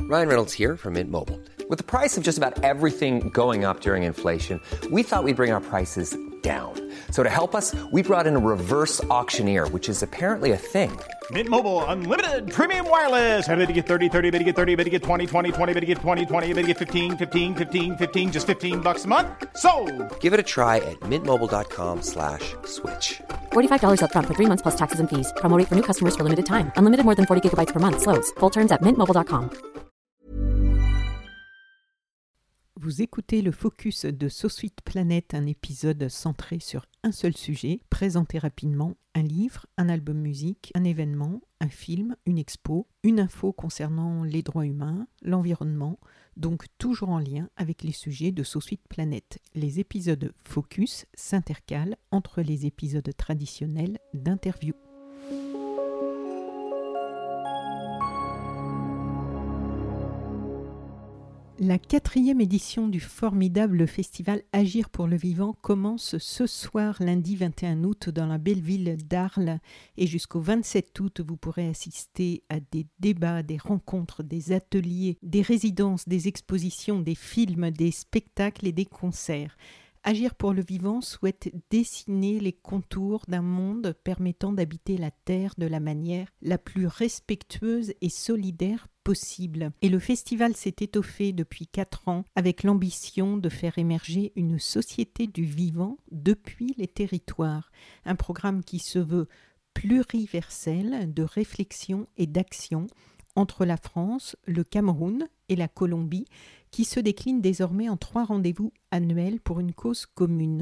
Ryan Reynolds here from Mint Mobile. With the price of just about everything going up during inflation, we thought we'd bring our prices down. So to help us, we brought in a reverse auctioneer, which is apparently a thing. Mint Mobile Unlimited Premium Wireless. How to get 30, 30, bit to get 30, bit to get 20, 20, 20, bit to get 20, 20, bit to get 15, 15, 15, 15, just $15 a month? Sold! Give it a try at mintmobile.com/switch. $45 up front for 3 months plus taxes and fees. Promo rate for new customers for limited time. Unlimited more than 40 gigabytes per month. Slows full terms at mintmobile.com. Vous écoutez le Focus de SoSuite Planète, un épisode centré sur un seul sujet, présenter rapidement un livre, un album musique, un événement, un film, une expo, une info concernant les droits humains, l'environnement, donc toujours en lien avec les sujets de SoSuite Planète. Les épisodes Focus s'intercalent entre les épisodes traditionnels d'interview. La 4e édition du formidable festival Agir pour le vivant commence ce soir, lundi 21 août, dans la belle ville d'Arles. Et jusqu'au 27 août, vous pourrez assister à des débats, des rencontres, des ateliers, des résidences, des expositions, des films, des spectacles et des concerts. Agir pour le vivant souhaite dessiner les contours d'un monde permettant d'habiter la Terre de la manière la plus respectueuse et solidaire possible. Et le festival s'est étoffé depuis 4 ans avec l'ambition de faire émerger une société du vivant depuis les territoires. Un programme qui se veut pluriversel de réflexion et d'action entre la France, le Cameroun et la Colombie, qui se décline désormais en 3 rendez-vous annuels pour une cause commune.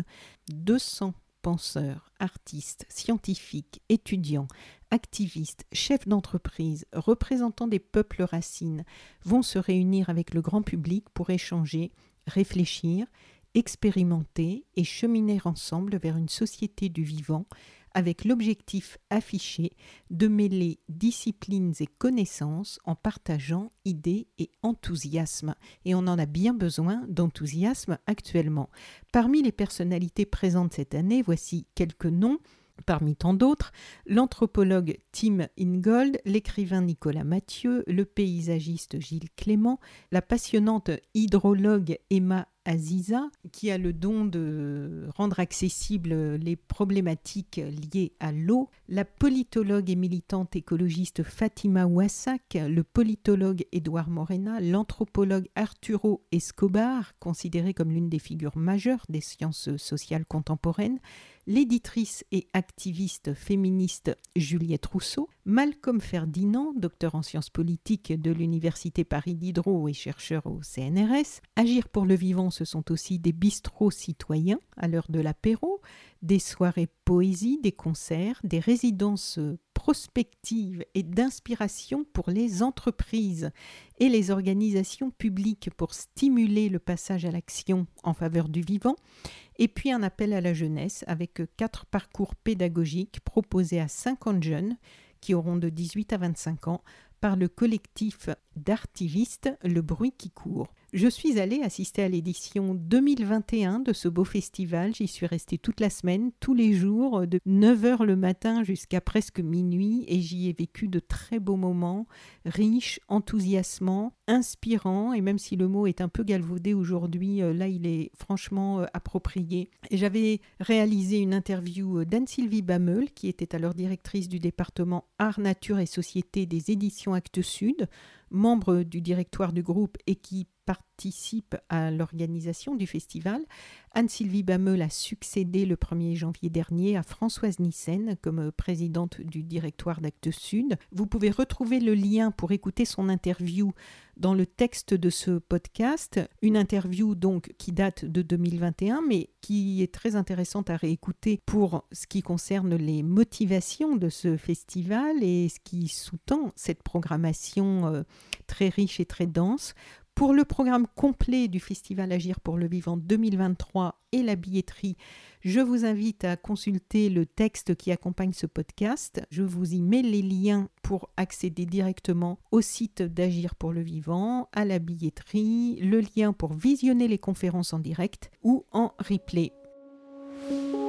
200 penseurs, artistes, scientifiques, étudiants, activistes, chefs d'entreprise, représentants des peuples racines vont se réunir avec le grand public pour échanger, réfléchir, expérimenter et cheminer ensemble vers une société du vivant avec l'objectif affiché de mêler disciplines et connaissances en partageant idées et enthousiasme. Et on en a bien besoin d'enthousiasme actuellement. Parmi les personnalités présentes cette année, voici quelques noms. Parmi tant d'autres, l'anthropologue Tim Ingold, l'écrivain Nicolas Mathieu, le paysagiste Gilles Clément, la passionnante hydrologue Emma Aziza, qui a le don de rendre accessibles les problématiques liées à l'eau, la politologue et militante écologiste Fatima Ouassak, le politologue Édouard Morena, l'anthropologue Arturo Escobar, considéré comme l'une des figures majeures des sciences sociales contemporaines, l'éditrice et activiste féministe Juliette Rousseau, Malcolm Ferdinand, docteur en sciences politiques de l'Université Paris Diderot et chercheur au CNRS. Agir pour le vivant, ce sont aussi des bistrots citoyens à l'heure de l'apéro, des soirées poésie, des concerts, des résidences prospectives et d'inspiration pour les entreprises et les organisations publiques pour stimuler le passage à l'action en faveur du vivant. Et puis un appel à la jeunesse avec 4 parcours pédagogiques proposés à 50 jeunes qui auront de 18 à 25 ans par le collectif d'artivistes Le Bruit qui court. Je suis allée assister à l'édition 2021 de ce beau festival. J'y suis restée toute la semaine, tous les jours, de 9h le matin jusqu'à presque minuit, et j'y ai vécu de très beaux moments, riches, enthousiasmants, inspirants, et même si le mot est un peu galvaudé aujourd'hui, là il est franchement approprié. Et j'avais réalisé une interview d'Anne-Sylvie Bameul, qui était alors directrice du département Art, Nature et Société des éditions Actes Sud, membre du directoire du groupe et qui participe à l'organisation du festival. Anne-Sylvie Bameul a succédé le 1er janvier dernier à Françoise Nyssen comme présidente du directoire d'Actes Sud. Vous pouvez retrouver le lien pour écouter son interview dans le texte de ce podcast. Une interview donc qui date de 2021 mais qui est très intéressante à réécouter pour ce qui concerne les motivations de ce festival et ce qui sous-tend cette programmation très riche et très dense. Pour le programme complet du Festival Agir pour le Vivant 2023 et la billetterie, je vous invite à consulter le texte qui accompagne ce podcast. Je vous y mets les liens pour accéder directement au site d'Agir pour le Vivant, à la billetterie, le lien pour visionner les conférences en direct ou en replay.